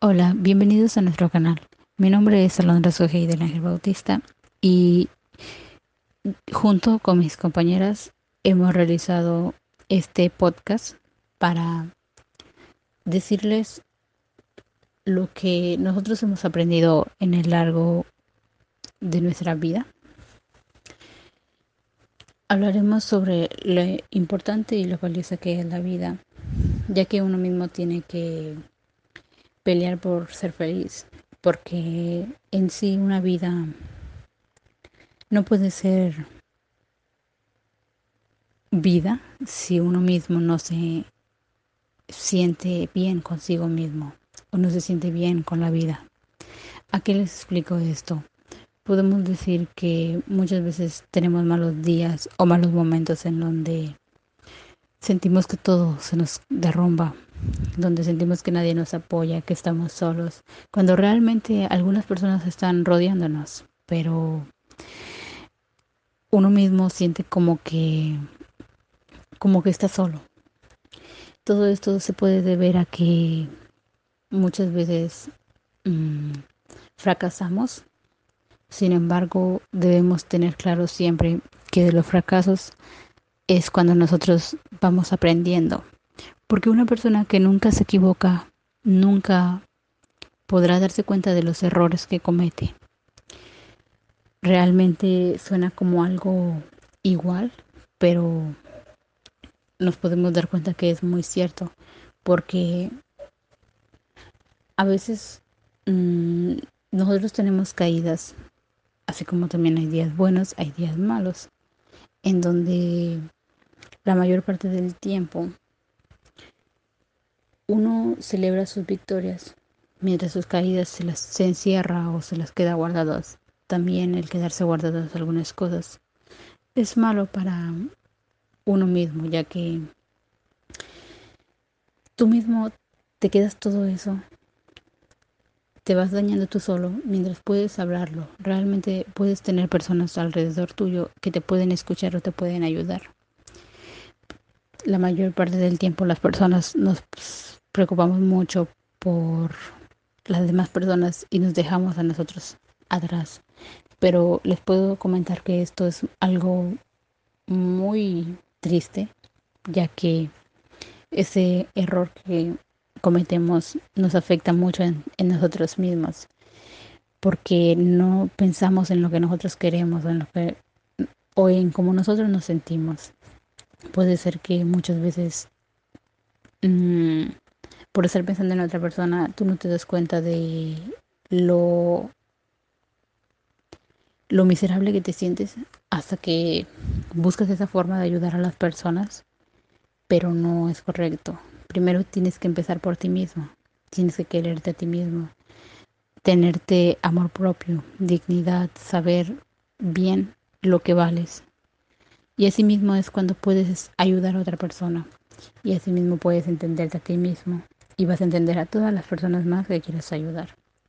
Hola, bienvenidos a nuestro canal. Mi nombre es Alondra Sojei del Ángel Bautista y junto con mis compañeras hemos realizado este podcast para decirles lo que nosotros hemos aprendido en el largo de nuestra vida. Hablaremos sobre lo importante y lo valiosa que es la vida, ya que uno mismo tiene que pelear por ser feliz, porque en sí una vida no puede ser vida si uno mismo no se siente bien consigo mismo o no se siente bien con la vida. ¿A qué les explico esto? Podemos decir que muchas veces tenemos malos días o malos momentos en donde sentimos que todo se nos derrumba, donde sentimos que nadie nos apoya, que estamos solos, cuando realmente algunas personas están rodeándonos, pero uno mismo siente como que está solo. Todo esto se puede deber a que muchas veces mmm, fracasamos. Sin embargo, debemos tener claro siempre que de los fracasos es cuando nosotros vamos aprendiendo. Porque una persona que nunca se equivoca, nunca podrá darse cuenta de los errores que comete. Realmente suena como algo igual, pero nos podemos dar cuenta que es muy cierto. Porque a veces mmm, nosotros tenemos caídas, así como también hay días buenos, hay días malos, en donde la mayor parte del tiempo uno celebra sus victorias, mientras sus caídas se encierra o se las queda guardadas. También el quedarse guardadas algunas cosas es malo para uno mismo, ya que tú mismo te quedas todo eso, te vas dañando tú solo mientras puedes hablarlo. Realmente puedes tener personas alrededor tuyo que te pueden escuchar o te pueden ayudar. La mayor parte del tiempo las personas nos preocupamos mucho por las demás personas y nos dejamos a nosotros atrás. Pero les puedo comentar que esto es algo muy triste, ya que ese error que cometemos nos afecta mucho en nosotros mismos, porque no pensamos en lo que nosotros queremos o en cómo nosotros nos sentimos. Puede ser que muchas veces mmm, por estar pensando en otra persona, tú no te das cuenta de lo, lo miserable que te sientes hasta que buscas esa forma de ayudar a las personas, pero no es correcto. Primero tienes que empezar por ti mismo, tienes que quererte a ti mismo, tenerte amor propio, dignidad, saber bien lo que vales. Y así mismo es cuando puedes ayudar a otra persona. Y así mismo puedes entenderte a ti mismo. Y vas a entender a todas las personas más que quieres ayudar.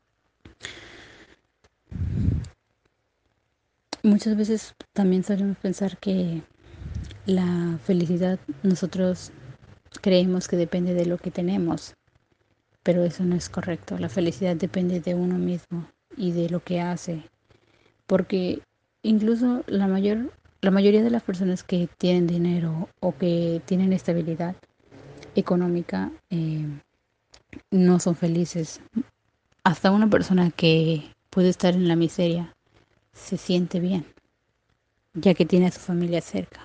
Muchas veces también solemos pensar que la felicidad nosotros creemos que depende de lo que tenemos, pero eso no es correcto. La felicidad depende de uno mismo y de lo que hace, porque incluso la mayoría de las personas que tienen dinero o que tienen estabilidad económica no son felices. Hasta una persona que puede estar en la miseria se siente bien, ya que tiene a su familia cerca.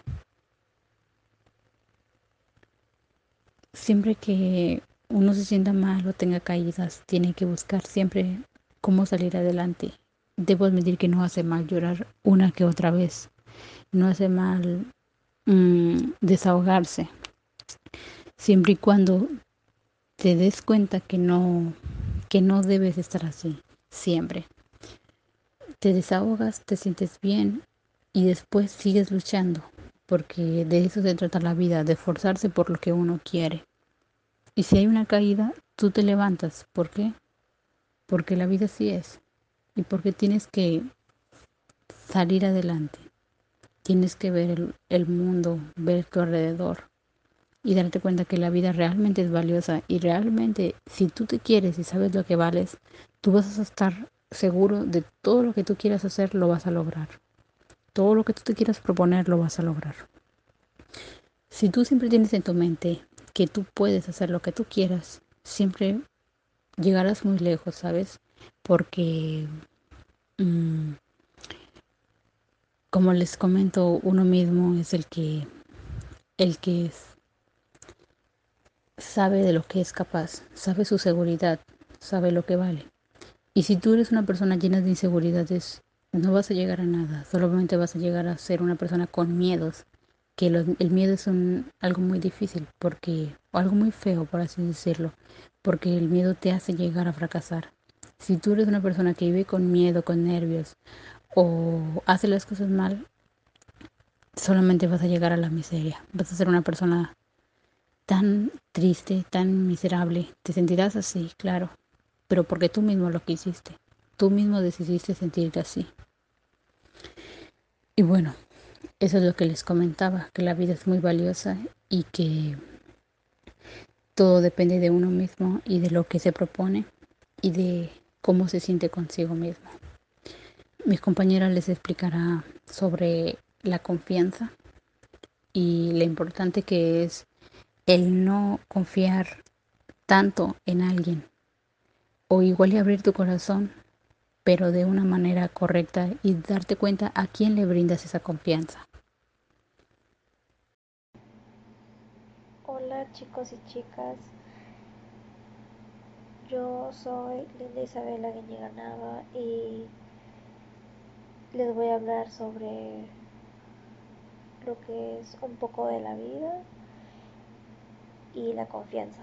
Siempre que uno se sienta mal o tenga caídas, tiene que buscar siempre cómo salir adelante. Debo admitir que no hace mal llorar una que otra vez. No hace mal desahogarse. Siempre y cuando te des cuenta que no debes estar así. Siempre. Te desahogas, te sientes bien y después sigues luchando. Porque de eso se trata la vida, de esforzarse por lo que uno quiere. Y si hay una caída, tú te levantas. ¿Por qué? Porque la vida así es. Y porque tienes que salir adelante. Tienes que ver el mundo, ver tu alrededor y darte cuenta que la vida realmente es valiosa y realmente si tú te quieres y sabes lo que vales, tú vas a estar seguro de todo lo que tú quieras hacer, lo vas a lograr. Todo lo que tú te quieras proponer, lo vas a lograr. Si tú siempre tienes en tu mente que tú puedes hacer lo que tú quieras, siempre llegarás muy lejos, ¿sabes? Porque, mmm, como les comento, uno mismo es el que sabe de lo que es capaz, sabe su seguridad, sabe lo que vale. Y si tú eres una persona llena de inseguridades, no vas a llegar a nada, solamente vas a llegar a ser una persona con miedos, que el miedo es algo muy difícil, o algo muy feo, por así decirlo, porque el miedo te hace llegar a fracasar. Si tú eres una persona que vive con miedo, con nervios, o hace las cosas mal, solamente vas a llegar a la miseria. Vas a ser una persona tan triste, tan miserable. Te sentirás así, claro, pero porque tú mismo lo quisiste. Tú mismo decidiste sentirte así. Y bueno, eso es lo que les comentaba, que la vida es muy valiosa y que todo depende de uno mismo y de lo que se propone y de cómo se siente consigo mismo. Mi compañera les explicará sobre la confianza y lo importante que es el no confiar tanto en alguien o igual y abrir tu corazón, pero de una manera correcta y darte cuenta a quién le brindas esa confianza. Hola chicos y chicas, yo soy Linda Isabela Guiñega Nava y les voy a hablar sobre lo que es un poco de la vida y la confianza.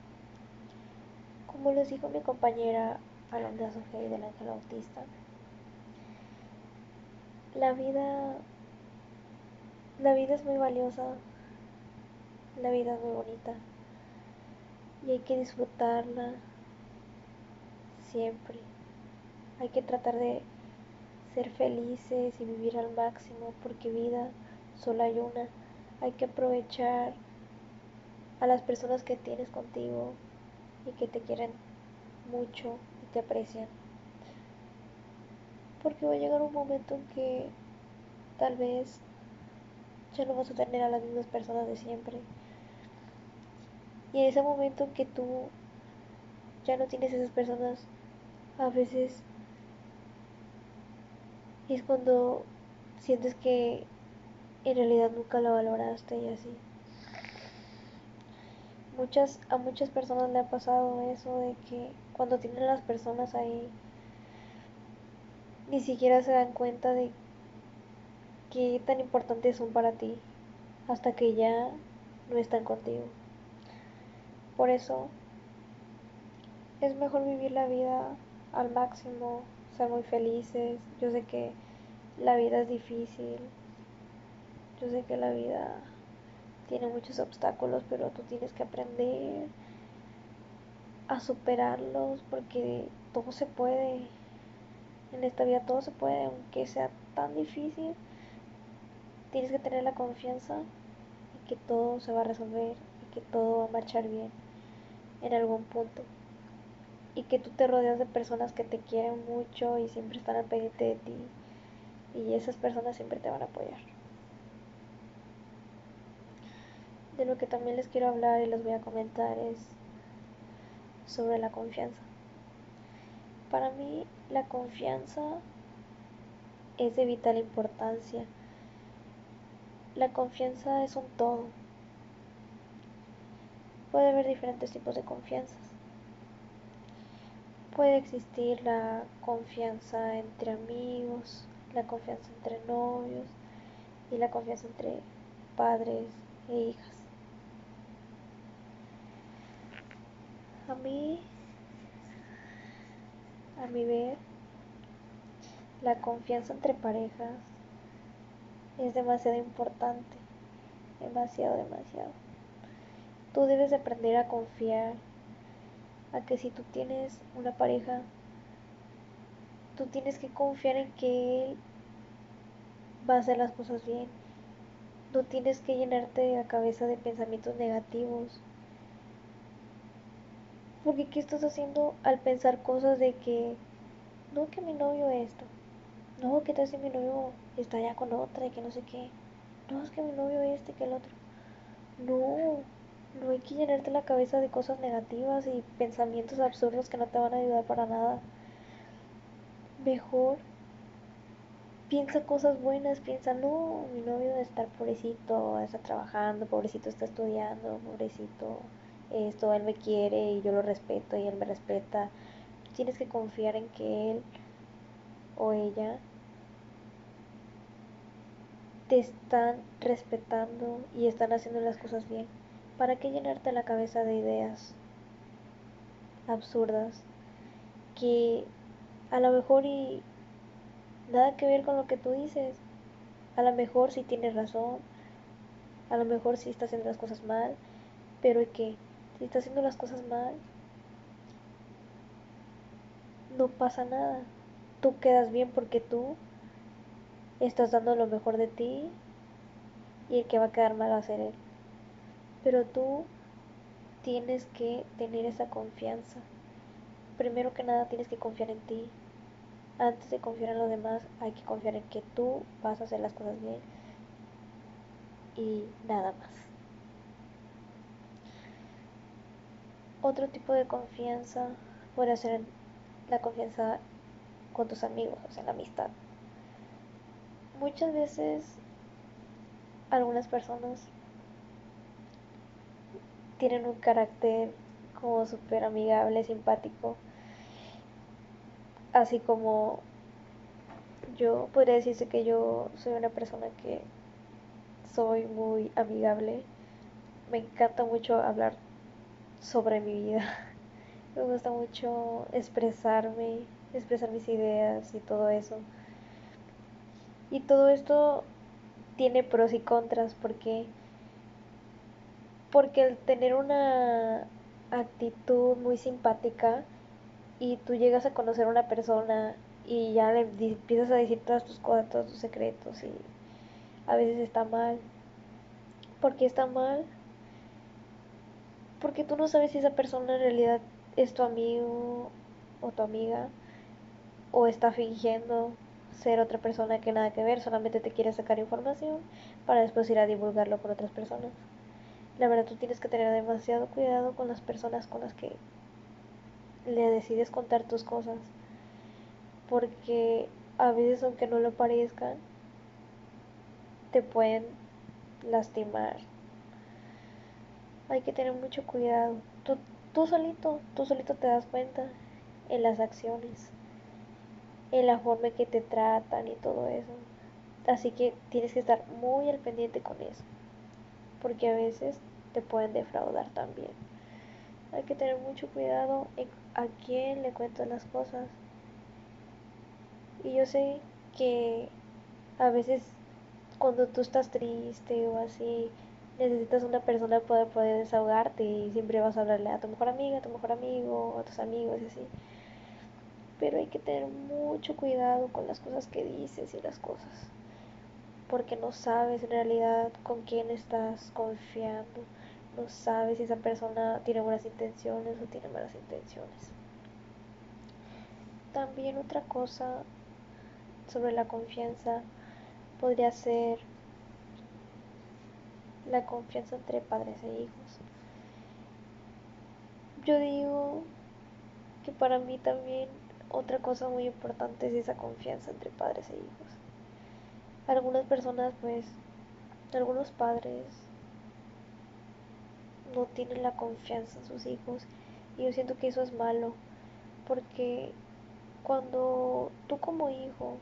Como les dijo mi compañera Alondra Sogei del Ángel Autista, la vida, la vida es muy valiosa, la vida es muy bonita y hay que disfrutarla siempre. Hay que tratar de ser felices y vivir al máximo porque vida solo hay una. Hay que aprovechar a las personas que tienes contigo y que te quieren mucho y te aprecian. Porque va a llegar un momento en que tal vez ya no vas a tener a las mismas personas de siempre. Y en ese momento en que tú ya no tienes esas personas, a veces es cuando sientes que en realidad nunca la valoraste y así. A muchas personas le ha pasado eso de que cuando tienen las personas ahí ni siquiera se dan cuenta de qué tan importantes son para ti hasta que ya no están contigo. Por eso es mejor vivir la vida al máximo, ser muy felices. Yo sé que la vida es difícil, yo sé que la vida tiene muchos obstáculos, pero tú tienes que aprender a superarlos porque todo se puede. En esta vida todo se puede, aunque sea tan difícil. Tienes que tener la confianza y que todo se va a resolver y que todo va a marchar bien en algún punto. Y que tú te rodeas de personas que te quieren mucho y siempre están al pendiente de ti. Y esas personas siempre te van a apoyar. De lo que también les quiero hablar y les voy a comentar es sobre la confianza. Para mí la confianza es de vital importancia. La confianza es un todo. Puede haber diferentes tipos de confianzas. Puede existir la confianza entre amigos, la confianza entre novios y la confianza entre padres e hijas. A mí, a mi ver, la confianza entre parejas es demasiado importante, demasiado, demasiado. Tú debes de aprender a confiar, a que si tú tienes una pareja, tú tienes que confiar en que él va a hacer las cosas bien No tienes que llenarte la cabeza de pensamientos negativos. Porque ¿qué estás haciendo al pensar cosas de que, no, que mi novio esto, no, que tal si mi novio está ya con otra y que no sé qué, no, es que mi novio este, que el otro? No, no hay que llenarte la cabeza de cosas negativas y pensamientos absurdos que no te van a ayudar para nada. Mejor piensa cosas buenas, piensa, no, mi novio debe estar pobrecito, está trabajando, pobrecito está estudiando, pobrecito esto, él me quiere y yo lo respeto y él me respeta. Tienes que confiar en que él o ella te están respetando y están haciendo las cosas bien. ¿Para qué llenarte la cabeza de ideas absurdas que a lo mejor y nada que ver con lo que tú dices? A lo mejor sí tienes razón, a lo mejor sí está haciendo las cosas mal, pero ¿y qué? Si está haciendo las cosas mal, no pasa nada. Tú quedas bien porque tú estás dando lo mejor de ti y el que va a quedar mal va a ser él. Pero tú tienes que tener esa confianza. Primero que nada tienes que confiar en ti. Antes de confiar en los demás, hay que confiar en que tú vas a hacer las cosas bien y nada más. Otro tipo de confianza puede ser la confianza con tus amigos, o sea, la amistad. Muchas veces algunas personas tienen un carácter como súper amigable, simpático, así como yo podría decirse que yo soy una persona que soy muy amigable. Me encanta mucho hablar sobre mi vida. Me gusta mucho expresarme, expresar mis ideas y todo eso. Y todo esto tiene pros y contras porque el tener una actitud muy simpática y tú llegas a conocer a una persona y ya le empiezas a decir todas tus cosas, todos tus secretos y a veces está mal. ¿Por qué está mal? Porque tú no sabes si esa persona en realidad es tu amigo o tu amiga o está fingiendo ser otra persona que nada que ver, solamente te quiere sacar información para después ir a divulgarlo con otras personas. La verdad tú tienes que tener demasiado cuidado con las personas con las que le decides contar tus cosas, porque a veces aunque no lo parezcan, te pueden lastimar. Hay que tener mucho cuidado. Tú solito te das cuenta en las acciones, en la forma en que te tratan y todo eso. Así que tienes que estar muy al pendiente con eso, porque a veces te pueden defraudar también. Hay que tener mucho cuidado en a quién le cuentas las cosas. Y yo sé que a veces cuando tú estás triste o así, necesitas una persona para poder desahogarte y siempre vas a hablarle a tu mejor amiga, a tu mejor amigo, a tus amigos y así. Pero hay que tener mucho cuidado con las cosas que dices y las cosas, porque no sabes en realidad con quién estás confiando, no sabes si esa persona tiene buenas intenciones o tiene malas intenciones. También otra cosa sobre la confianza podría ser la confianza entre padres e hijos. Yo digo que para mí también otra cosa muy importante es esa confianza entre padres e hijos. Algunas personas, pues, algunos padres no tienen la confianza en sus hijos y yo siento que eso es malo porque cuando tú como hijo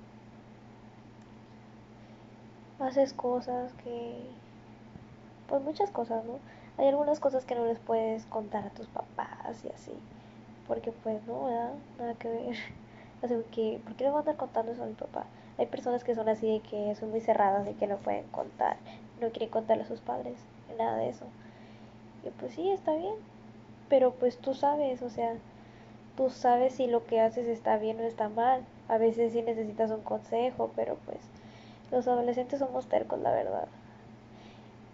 haces cosas que, pues muchas cosas, ¿no? Hay algunas cosas que no les puedes contar a tus papás y así, porque pues no, ¿verdad? Nada que ver. Así que, ¿por qué le voy a andar contando eso a mi papá? Hay personas que son así de que son muy cerradas y que no pueden contar, no quieren contarle a sus padres, nada de eso. Y pues sí, está bien, pero pues tú sabes, o sea, tú sabes si lo que haces está bien o está mal. A veces sí necesitas un consejo, pero pues los adolescentes somos tercos, la verdad.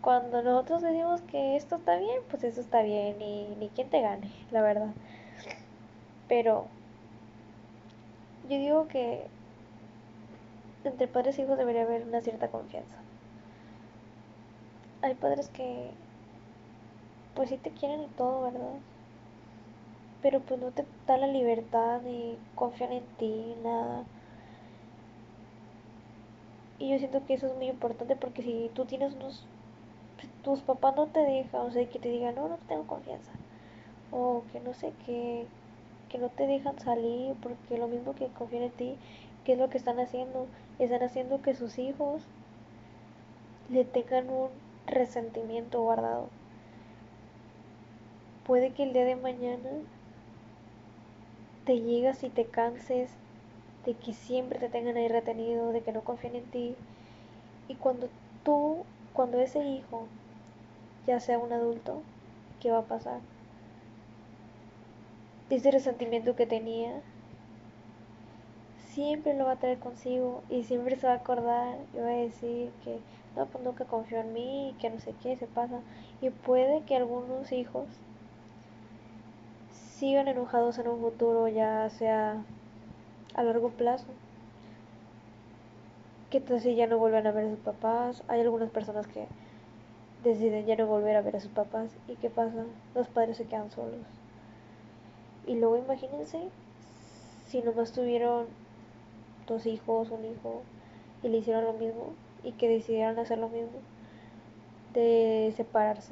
cuando nosotros decimos que esto está bien, pues eso está bien, ni quien te gane, la verdad. Pero yo digo que entre padres e hijos debería haber una cierta confianza. Hay padres que pues sí te quieren y todo, ¿verdad? Pero pues no te dan la libertad ni confían en ti, nada. Y yo siento que eso es muy importante porque si tú tienes unos... tus papás no te dejan, o sea, que te digan, no, no tengo confianza. O que no sé, que no te dejan salir porque lo mismo que confían en ti, ¿qué es lo que están haciendo? Están haciendo que sus hijos le tengan un resentimiento guardado. Puede que el día de mañana te llegas y te canses de que siempre te tengan ahí retenido, de que no confíen en ti. Y cuando ese hijo ya sea un adulto, ¿qué va a pasar? Ese resentimiento que tenía, siempre lo va a traer consigo y siempre se va a acordar y va a decir que no, pues nunca confió en mí y que no sé qué se pasa. Y puede que algunos hijos sigan enojados en un futuro, ya sea a largo plazo, que entonces ya no vuelvan a ver a sus papás. Hay algunas personas que deciden ya no volver a ver a sus papás y ¿qué pasa? Los padres se quedan solos. Y luego imagínense si nomás tuvieron dos hijos, un hijo y le hicieron lo mismo y que decidieron hacer lo mismo, de separarse.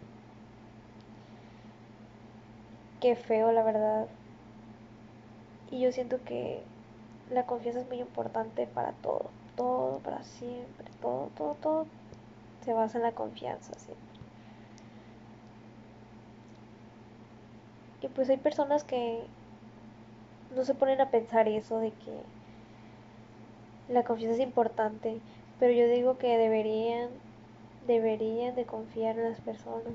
Qué feo, la verdad. Y yo siento que la confianza es muy importante para todo, todo, para siempre, todo, todo, todo se basa en la confianza, siempre. Y pues hay personas que no se ponen a pensar eso de que la confianza es importante, pero yo digo que deberían de confiar en las personas.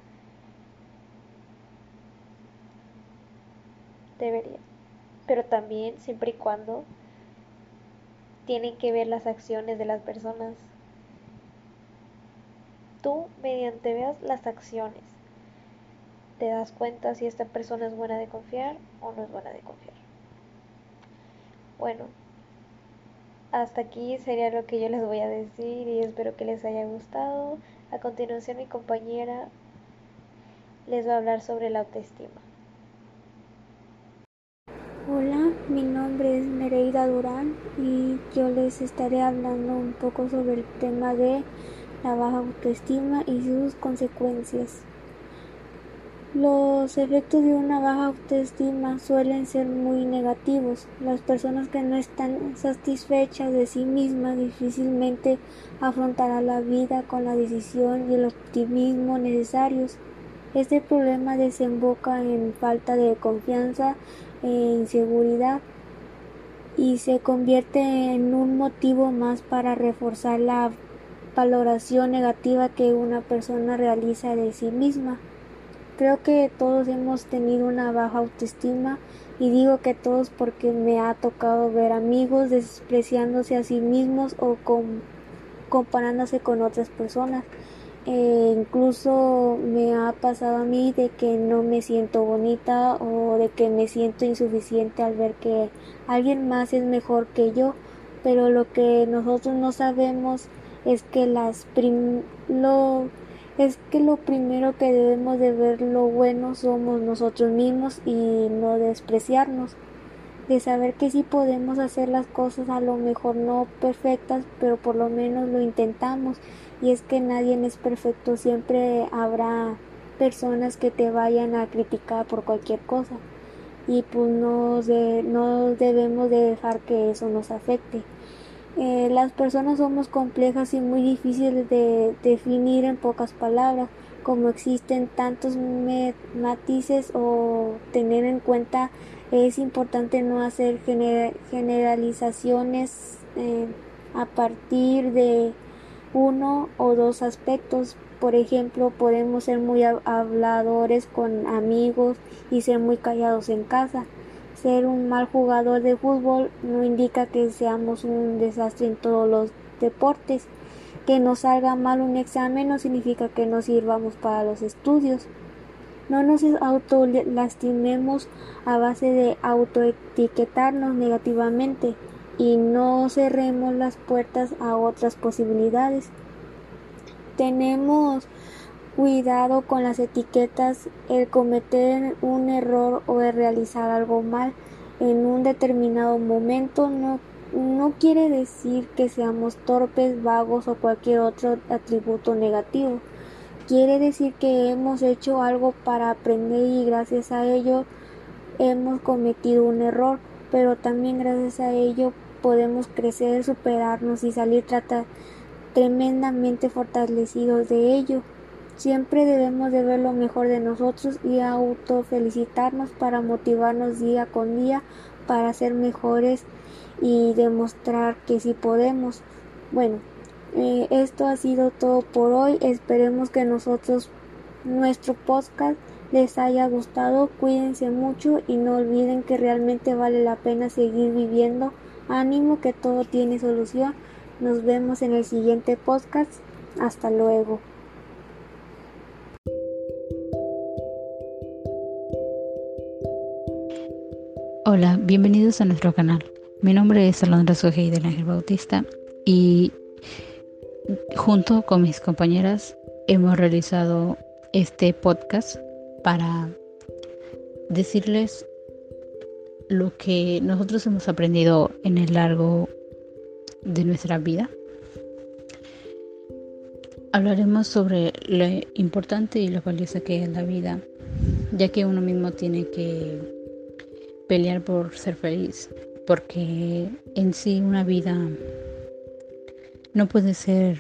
Deberían. Pero también siempre y cuando tienen que ver las acciones de las personas. Tú, mediante veas las acciones, te das cuenta si esta persona es buena de confiar o no es buena de confiar. Bueno, hasta aquí sería lo que yo les voy a decir y espero que les haya gustado. A continuación mi compañera les va a hablar sobre la autoestima. Hola, mi nombre es Nereida Durán y yo les estaré hablando un poco sobre el tema de la baja autoestima y sus consecuencias. Los efectos de una baja autoestima suelen ser muy negativos. Las personas que no están satisfechas de sí mismas difícilmente afrontarán la vida con la decisión y el optimismo necesarios. Este problema desemboca en falta de confianza e inseguridad y se convierte en un motivo más para reforzar la valoración negativa que una persona realiza de sí misma. Creo que todos hemos tenido una baja autoestima y digo que todos porque me ha tocado ver amigos despreciándose a sí mismos o comparándose con otras personas. Incluso me ha pasado a mí de que no me siento bonita o de que me siento insuficiente al ver que alguien más es mejor que yo, pero lo que nosotros no sabemos es que lo primero que debemos de ver lo bueno somos nosotros mismos y no despreciarnos, de saber que sí podemos hacer las cosas a lo mejor no perfectas, pero por lo menos lo intentamos. Y es que nadie es perfecto, siempre habrá personas que te vayan a criticar por cualquier cosa y pues no debemos de dejar que eso nos afecte. Las personas somos complejas y muy difíciles de definir en pocas palabras, como existen tantos matices o tener en cuenta. Es importante no hacer generalizaciones a partir de uno o dos aspectos. Por ejemplo, podemos ser muy habladores con amigos y ser muy callados en casa. Ser un mal jugador de fútbol no indica que seamos un desastre en todos los deportes. Que nos salga mal un examen no significa que no sirvamos para los estudios. No nos autolastimemos a base de autoetiquetarnos negativamente y no cerremos las puertas a otras posibilidades. Tenemos cuidado con las etiquetas. El cometer un error o el realizar algo mal en un determinado momento no quiere decir que seamos torpes, vagos o cualquier otro atributo negativo. Quiere decir que hemos hecho algo para aprender y gracias a ello hemos cometido un error, pero también gracias a ello podemos crecer, superarnos y salir tremendamente fortalecidos de ello. Siempre debemos de ver lo mejor de nosotros y autofelicitarnos para motivarnos día con día para ser mejores y demostrar que sí podemos. Bueno, esto ha sido todo por hoy. Esperemos que nuestro podcast les haya gustado. Cuídense mucho y no olviden que realmente vale la pena seguir viviendo. Ánimo, que todo tiene solución. Nos vemos en el siguiente podcast. Hasta luego. Hola, bienvenidos a nuestro canal. Mi nombre es Alondra Sogei del Ángel Bautista y junto con mis compañeras hemos realizado este podcast para decirles lo que nosotros hemos aprendido en el largo de nuestra vida. Hablaremos sobre lo importante y lo valiosa que es la vida, ya que uno mismo tiene que pelear por ser feliz, porque en sí una vida no puede ser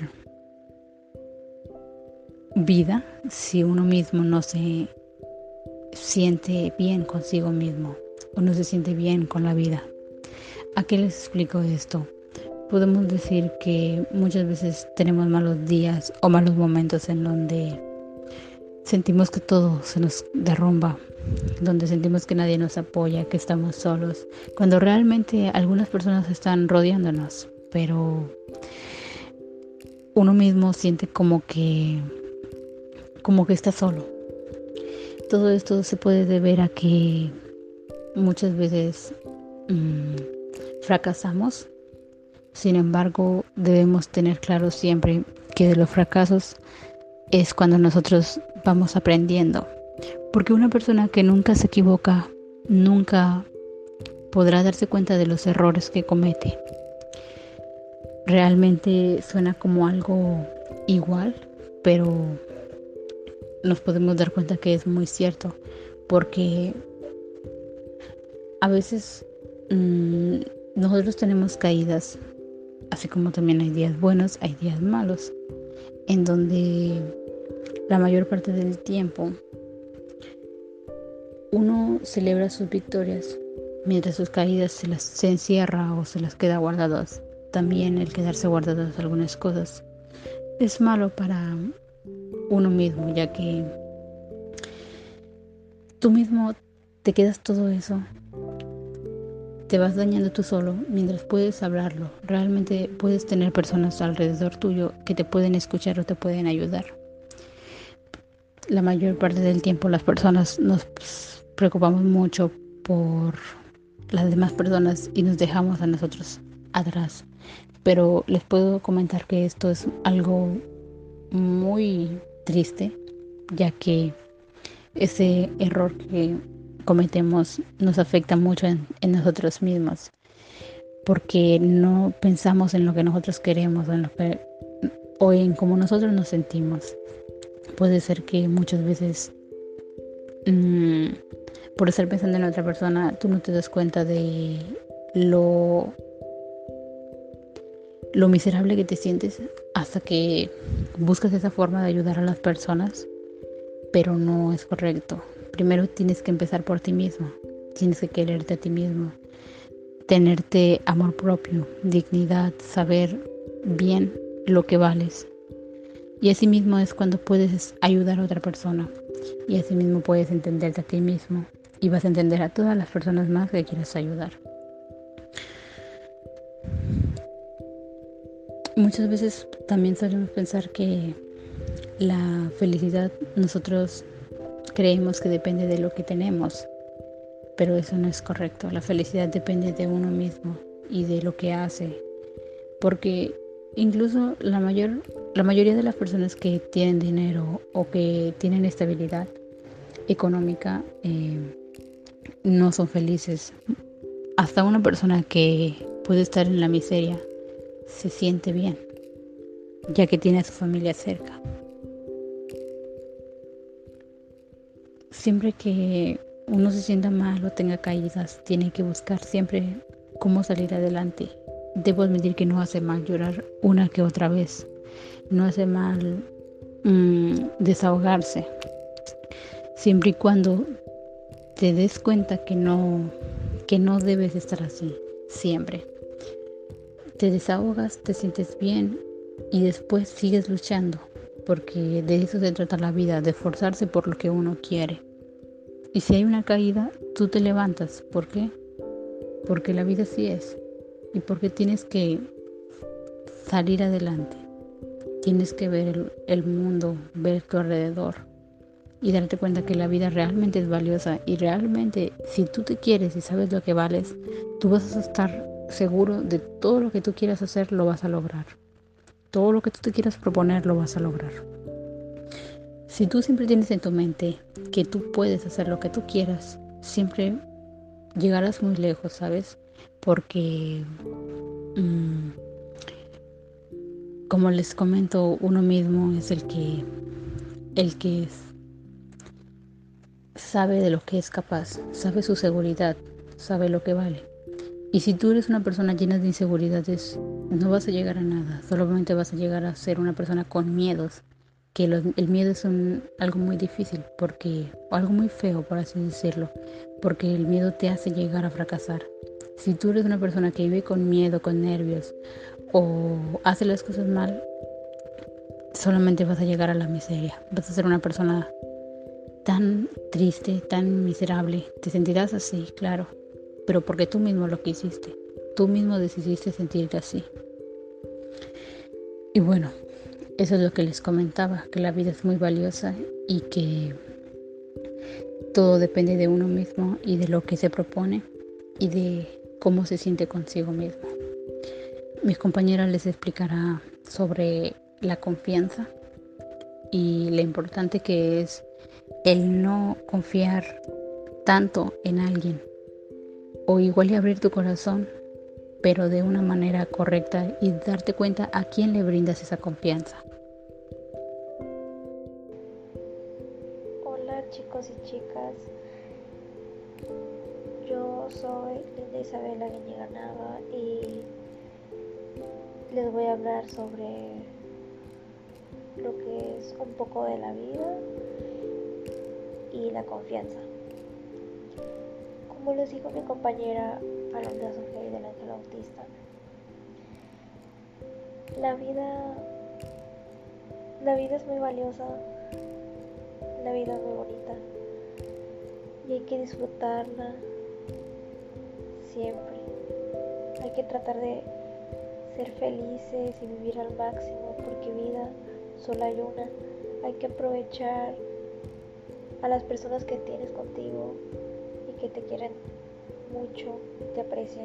vida si uno mismo no se siente bien consigo mismo o no se siente bien con la vida. ¿A qué les explico esto? Podemos decir que muchas veces tenemos malos días o malos momentos en donde sentimos que todo se nos derrumba, donde sentimos que nadie nos apoya, que estamos solos, cuando realmente algunas personas están rodeándonos, pero uno mismo siente como que está solo. Todo esto se puede deber a que muchas veces fracasamos. Sin embargo, debemos tener claro siempre que de los fracasos es cuando nosotros vamos aprendiendo. Porque una persona que nunca se equivoca, nunca podrá darse cuenta de los errores que comete. Realmente suena como algo igual, pero nos podemos dar cuenta que es muy cierto. Porque a veces nosotros tenemos caídas, así como también hay días buenos, hay días malos, en donde la mayor parte del tiempo uno celebra sus victorias, mientras sus caídas se encierra o se las queda guardadas. También el quedarse guardadas algunas cosas es malo para uno mismo, ya que tú mismo te quedas todo eso, te vas dañando tú solo, mientras puedes hablarlo. Realmente puedes tener personas alrededor tuyo que te pueden escuchar o te pueden ayudar. La mayor parte del tiempo las personas nos preocupamos mucho por las demás personas y nos dejamos a nosotros atrás. Pero les puedo comentar que esto es algo muy triste, ya que ese error que cometemos nos afecta mucho en nosotros mismos, porque no pensamos en lo que nosotros queremos o en cómo nosotros nos sentimos. Puede ser que muchas veces por estar pensando en otra persona tú no te das cuenta de lo miserable que te sientes hasta que buscas esa forma de ayudar a las personas, pero no es correcto. Primero tienes que empezar por ti mismo, tienes que quererte a ti mismo, tenerte amor propio, dignidad, saber bien lo que vales. Y así mismo es cuando puedes ayudar a otra persona. Y así mismo puedes entenderte a ti mismo. Y vas a entender a todas las personas más que quieras ayudar. Muchas veces también solemos pensar que la felicidad nosotros creemos que depende de lo que tenemos, pero eso no es correcto. La felicidad depende de uno mismo y de lo que hace, porque incluso la mayoría de las personas que tienen dinero o que tienen estabilidad económica no son felices. Hasta una persona que puede estar en la miseria se siente bien, ya que tiene a su familia cerca. Siempre que uno se sienta mal o tenga caídas, tiene que buscar siempre cómo salir adelante. Debo admitir que no hace mal llorar una que otra vez. No hace mal desahogarse. Siempre y cuando te des cuenta que no debes estar así. Siempre. Te desahogas, te sientes bien y después sigues luchando. Porque de eso se trata la vida, de esforzarse por lo que uno quiere. Y si hay una caída, tú te levantas. ¿Por qué? Porque la vida así es. Y porque tienes que salir adelante. Tienes que ver el mundo, ver tu alrededor y darte cuenta que la vida realmente es valiosa. Y realmente, si tú te quieres y sabes lo que vales, tú vas a estar seguro de todo lo que tú quieras hacer, lo vas a lograr. Todo lo que tú te quieras proponer, lo vas a lograr. Si tú siempre tienes en tu mente que tú puedes hacer lo que tú quieras, siempre llegarás muy lejos, ¿sabes? Porque, como les comento, uno mismo es el que sabe de lo que es capaz, sabe su seguridad, sabe lo que vale. Y si tú eres una persona llena de inseguridades, no vas a llegar a nada, solamente vas a llegar a ser una persona con miedos, que el miedo es algo muy difícil, o algo muy feo, por así decirlo, porque el miedo te hace llegar a fracasar. Si tú eres una persona que vive con miedo, con nervios, o hace las cosas mal, solamente vas a llegar a la miseria. Vas a ser una persona tan triste, tan miserable. Te sentirás así, claro, pero porque tú mismo lo quisiste. Tú mismo decidiste sentirte así. Y bueno, eso es lo que les comentaba, que la vida es muy valiosa y que todo depende de uno mismo y de lo que se propone y de cómo se siente consigo mismo. Mi compañera les explicará sobre la confianza y lo importante que es el no confiar tanto en alguien, o igual y abrir tu corazón, pero de una manera correcta y darte cuenta a quién le brindas esa confianza. Hola chicos y chicas, yo soy Linda Isabela Guiñiga Nava y les voy a hablar sobre lo que es un poco de la vida y la confianza. Como les dijo mi compañera Alondra Sofía del Ángel Autista, la vida es muy valiosa, la vida es muy bonita y hay que disfrutarla siempre. Hay que tratar de ser felices y vivir al máximo, porque vida solo hay una. Hay que aprovechar a las personas que tienes contigo y que te quieren mucho, te aprecian,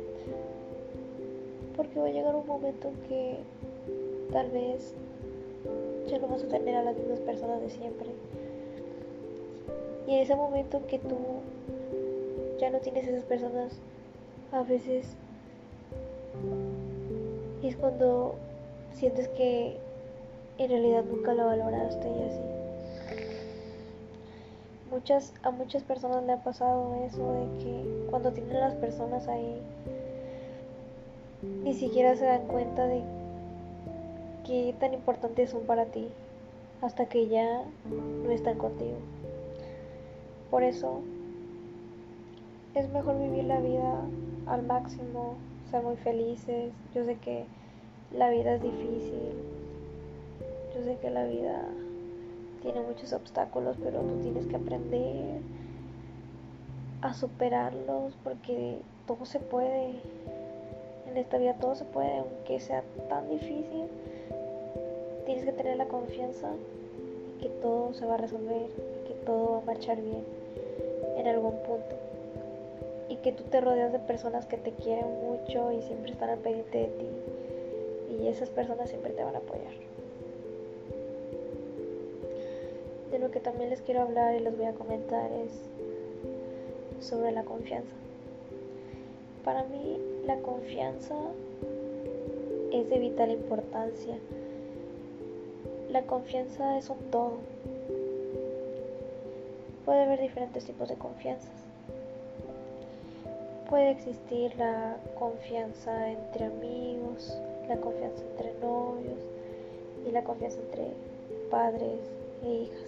porque va a llegar un momento en que tal vez ya no vas a tener a las mismas personas de siempre, y en ese momento en que tú ya no tienes esas personas, a veces es cuando sientes que en realidad nunca la valoraste y así. A muchas personas le ha pasado eso de que cuando tienen a las personas ahí ni siquiera se dan cuenta de qué tan importantes son para ti hasta que ya no están contigo. Por eso es mejor vivir la vida al máximo, ser muy felices. Yo sé que la vida es difícil, yo sé que la vida tiene muchos obstáculos, pero tú tienes que aprender a superarlos, porque todo se puede. En en esta vida todo se puede, aunque sea tan difícil. Tienes que tener la confianza en que todo se va a resolver, que todo va a marchar bien en algún punto. Y que tú te rodeas de personas que te quieren mucho y siempre están al pendiente de ti. Y esas personas siempre te van a apoyar. De lo que también les quiero hablar y les voy a comentar es sobre la confianza. Para mí la confianza es de vital importancia. La confianza es un todo. Puede haber diferentes tipos de confianzas. Puede existir la confianza entre amigos, la confianza entre novios y la confianza entre padres e hijas.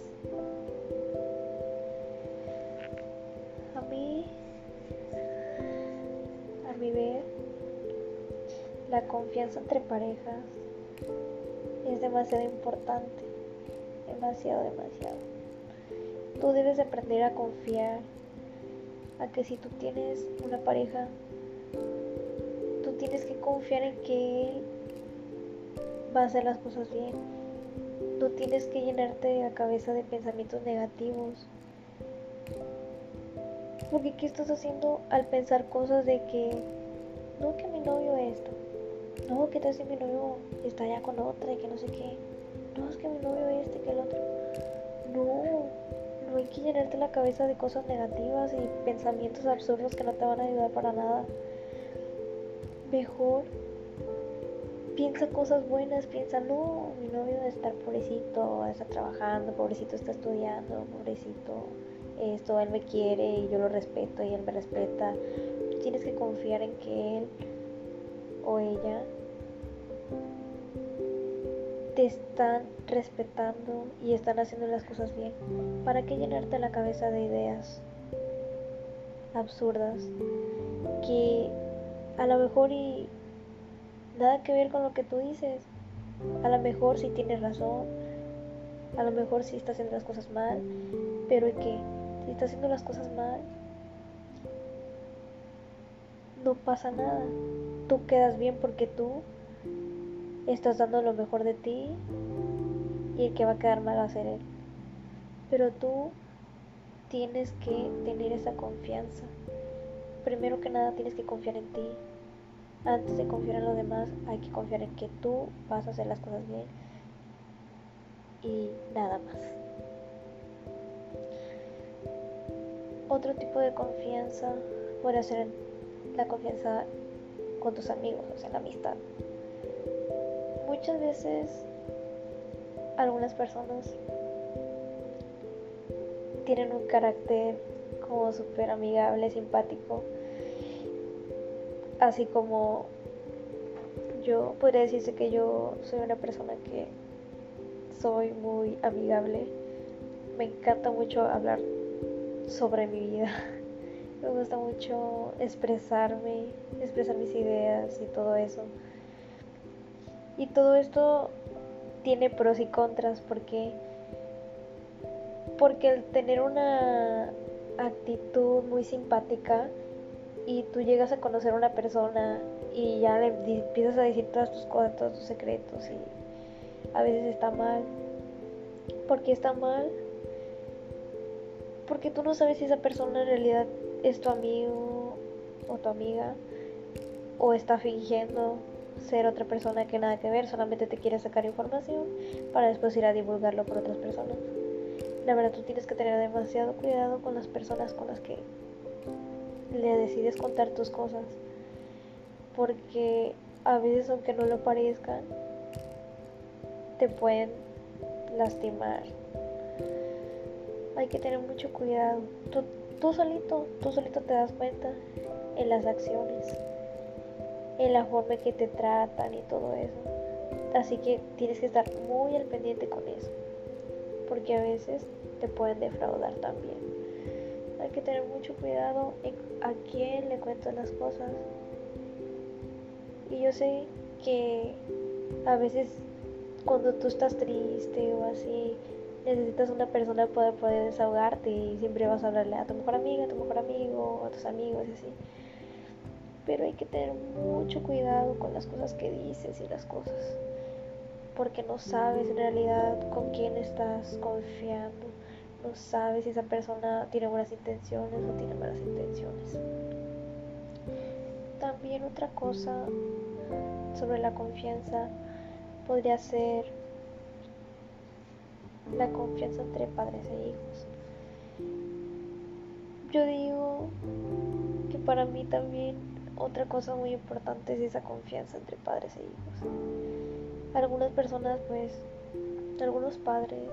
A mi ver, la confianza entre parejas es demasiado importante, demasiado. Tú debes de aprender a confiar, a que si tú tienes una pareja, tú tienes que confiar en que él va a hacer las cosas bien. No tienes que llenarte la cabeza de pensamientos negativos. Porque ¿qué estás haciendo al pensar cosas de que no, que mi novio esto? No, ¿qué tal si mi novio está allá con otra y que no sé qué? No, es que mi novio este, que el otro. No hay que llenarte la cabeza de cosas negativas y pensamientos absurdos que no te van a ayudar para nada. Mejor piensa cosas buenas, piensa, no, mi novio debe estar pobrecito, está trabajando, pobrecito está estudiando, pobrecito esto, él me quiere y yo lo respeto y él me respeta. Tienes que confiar en que él o ella te están respetando y están haciendo las cosas bien. ¿Para qué llenarte la cabeza de ideas absurdas que a lo mejor y nada que ver con lo que tú dices? A lo mejor sí tienes razón, a lo mejor sí está haciendo las cosas mal, pero ¿y qué? Si está haciendo las cosas mal, no pasa nada. Tú quedas bien porque tú estás dando lo mejor de ti y el que va a quedar mal va a ser él. Pero tú tienes que tener esa confianza. Primero que nada tienes que confiar en ti. Antes de confiar en los demás, hay que confiar en que tú vas a hacer las cosas bien y nada más. Otro tipo de confianza puede ser la confianza con tus amigos, o sea, la amistad. Muchas veces algunas personas tienen un carácter como súper amigable, simpático, así como yo podría decirse que yo soy una persona que soy muy amigable. Me encanta mucho hablar sobre mi vida. Me gusta mucho expresar mis ideas y todo eso. Y todo esto tiene pros y contras porque el tener una actitud muy simpática y tú llegas a conocer a una persona y ya le empiezas a decir todas tus cosas, todos tus secretos y a veces está mal. ¿Por qué está mal? Porque tú no sabes si esa persona en realidad es tu amigo o tu amiga o está fingiendo ser otra persona que nada que ver, solamente te quiere sacar información para después ir a divulgarlo por otras personas. La verdad, tú tienes que tener demasiado cuidado con las personas con las que le decides contar tus cosas, porque a veces, aunque no lo parezcan, te pueden lastimar. Hay que tener mucho cuidado. Tú solito te das cuenta en las acciones, en la forma en que te tratan y todo eso. Así que tienes que estar muy al pendiente con eso, porque a veces te pueden defraudar también. Hay que tener mucho cuidado en a quién le cuentas las cosas. Y yo sé que a veces cuando tú estás triste o así, necesitas una persona para poder desahogarte y siempre vas a hablarle a tu mejor amiga, a tu mejor amigo, a tus amigos y así. pero hay que tener mucho cuidado con las cosas que dices y las cosas, porque no sabes en realidad con quién estás confiando, no sabes si esa persona tiene buenas intenciones o tiene malas intenciones. También otra cosa sobre la confianza podría ser la confianza entre padres e hijos. Yo digo que para mí también otra cosa muy importante es esa confianza entre padres e hijos. Algunas personas, algunos padres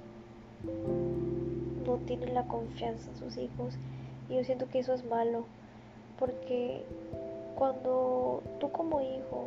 no tienen la confianza en sus hijos y yo siento que eso es malo, porque cuando tú como hijo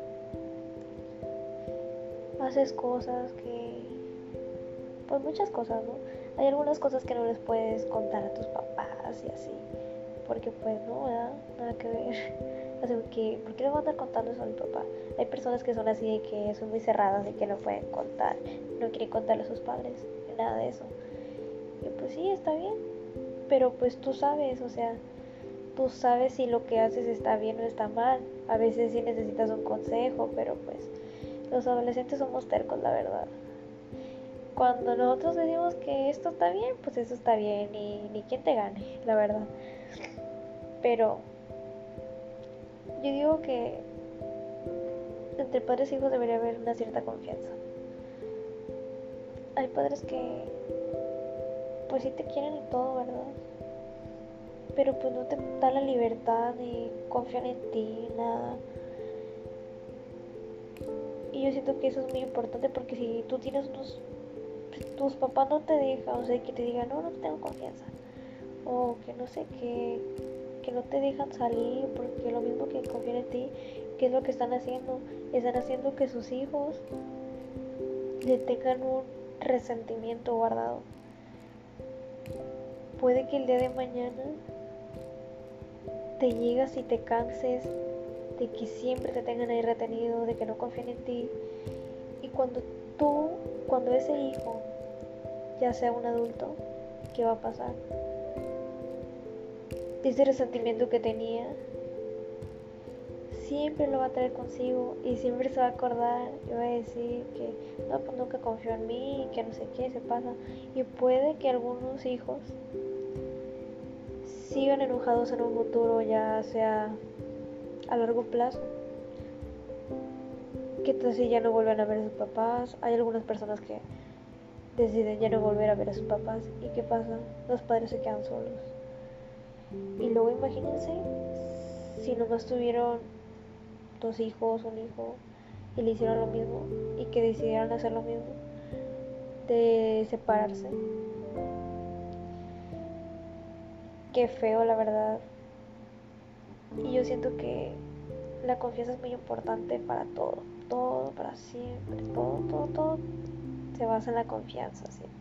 haces cosas pues muchas cosas, ¿no? Hay algunas cosas que no les puedes contar a tus papás y así, porque pues no, ¿verdad? Nada que ver. Así que, ¿por qué no voy a andar contando eso a mi papá? Hay personas que son así, de que son muy cerradas y que no pueden contar, no quieren contarle a sus padres, nada de eso. Y pues sí, está bien, pero pues tú sabes, o sea, tú sabes si lo que haces está bien o está mal. A veces sí necesitas un consejo, pero pues los adolescentes somos tercos, la verdad. Cuando nosotros decimos que esto está bien, pues eso está bien y ni quien te gane, la verdad. Pero yo digo que entre padres e hijos debería haber una cierta confianza. Hay padres que pues sí te quieren y todo, ¿verdad? Pero pues no te dan la libertad ni confían en ti, nada. Y yo siento que eso es muy importante, porque si tú tienes tus papás no te dejan, o sea, que te digan, no tengo confianza, o que no sé, que no te dejan salir, porque lo mismo que confían en ti, ¿qué es lo que están haciendo? Están haciendo que sus hijos le tengan un resentimiento guardado. Puede que el día de mañana te llegas y te canses de que siempre te tengan ahí retenido, de que no confíen en ti, y cuando ese hijo ya sea un adulto, ¿qué va a pasar? Ese resentimiento que tenía siempre lo va a traer consigo y siempre se va a acordar y va a decir que no, pues nunca confió en mí y que no sé qué se pasa. Y puede que algunos hijos sigan enojados en un futuro, ya sea a largo plazo, que entonces ya no vuelvan a ver a sus papás. Hay algunas personas que deciden ya no volver a ver a sus papás, y ¿qué pasa? Los padres se quedan solos. Y luego imagínense si nomás tuvieron 2 hijos, un hijo, y le hicieron lo mismo y que decidieron hacer lo mismo, de separarse. Qué feo, la verdad. Y yo siento que la confianza es muy importante para todo, para siempre, todo se basa en la confianza siempre.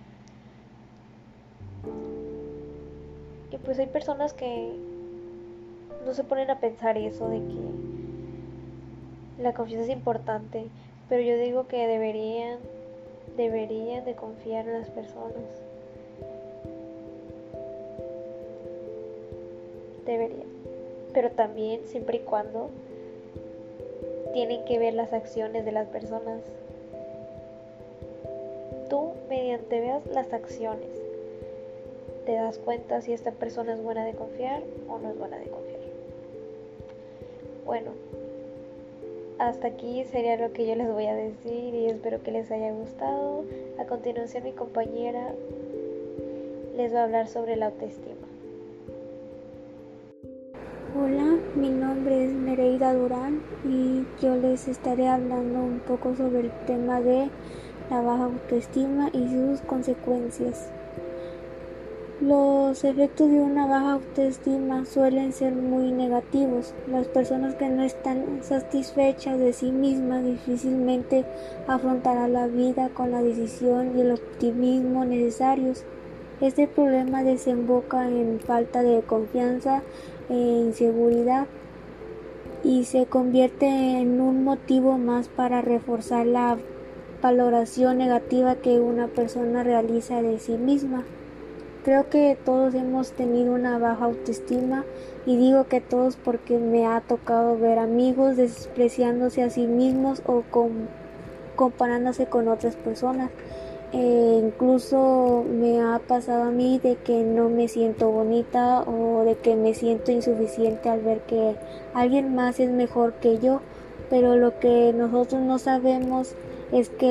Y pues hay personas que no se ponen a pensar eso, de que la confianza es importante, pero yo digo que deberían de confiar en las personas. Deberían. Pero también siempre y cuando tienen que ver las acciones de las personas. Tú, mediante veas las acciones, te das cuenta si esta persona es buena de confiar o no es buena de confiar. Bueno, hasta aquí sería lo que yo les voy a decir y espero que les haya gustado. A continuación mi compañera les va a hablar sobre la autoestima. Hola, mi nombre es Nereida Durán y yo les estaré hablando un poco sobre el tema de la baja autoestima y sus consecuencias. Los efectos de una baja autoestima suelen ser muy negativos. Las personas que no están satisfechas de sí mismas difícilmente afrontarán la vida con la decisión y el optimismo necesarios. Este problema desemboca en falta de confianza e inseguridad y se convierte en un motivo más para reforzar la valoración negativa que una persona realiza de sí misma. Creo que todos hemos tenido una baja autoestima, y digo que todos porque me ha tocado ver amigos despreciándose a sí mismos o comparándose con otras personas. Incluso me ha pasado a mí de que no me siento bonita o de que me siento insuficiente al ver que alguien más es mejor que yo, pero lo que nosotros no sabemos es que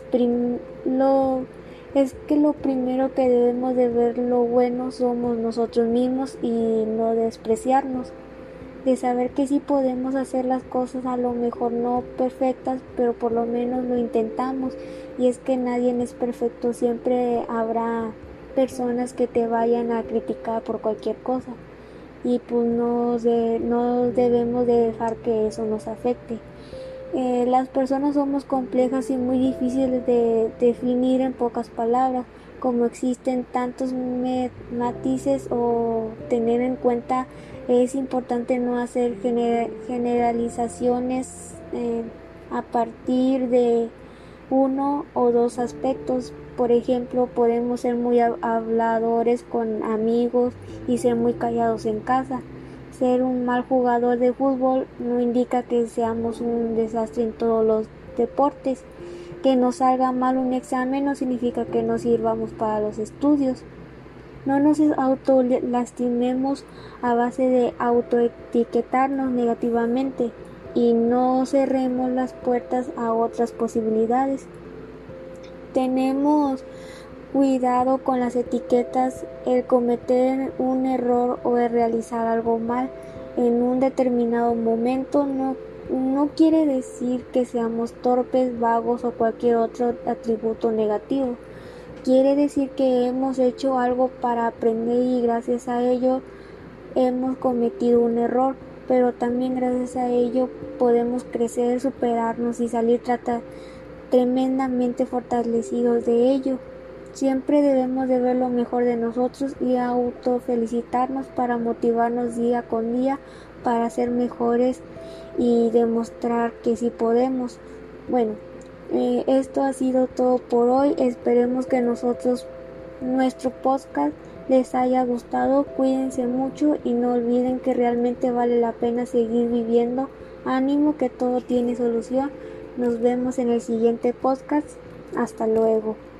lo primero que debemos de ver lo bueno somos nosotros mismos y no despreciarnos, de saber que sí podemos hacer las cosas, a lo mejor no perfectas, pero por lo menos lo intentamos. Y es que nadie es perfecto, siempre habrá personas que te vayan a criticar por cualquier cosa, y pues no debemos de dejar que eso nos afecte. Las personas somos complejas y muy difíciles de definir en pocas palabras, como existen tantos matices o tener en cuenta. Es importante no hacer generalizaciones a partir de uno o dos aspectos. Por ejemplo, podemos ser muy habladores con amigos y ser muy callados en casa. Ser un mal jugador de fútbol no indica que seamos un desastre en todos los deportes. Que nos salga mal un examen no significa que no sirvamos para los estudios. No nos autolastimemos a base de autoetiquetarnos negativamente, y no cerremos las puertas a otras posibilidades. Tenemos cuidado con las etiquetas. El cometer un error o el realizar algo mal en un determinado momento no quiere decir que seamos torpes, vagos o cualquier otro atributo negativo. Quiere decir que hemos hecho algo para aprender y gracias a ello hemos cometido un error, pero también gracias a ello podemos crecer, superarnos y salir tremendamente fortalecidos de ello. Siempre debemos de ver lo mejor de nosotros y autofelicitarnos para motivarnos día con día para ser mejores y demostrar que sí podemos. Bueno, esto ha sido todo por hoy. Esperemos que nuestro podcast les haya gustado. Cuídense mucho y no olviden que realmente vale la pena seguir viviendo. Ánimo, que todo tiene solución. Nos vemos en el siguiente podcast. Hasta luego.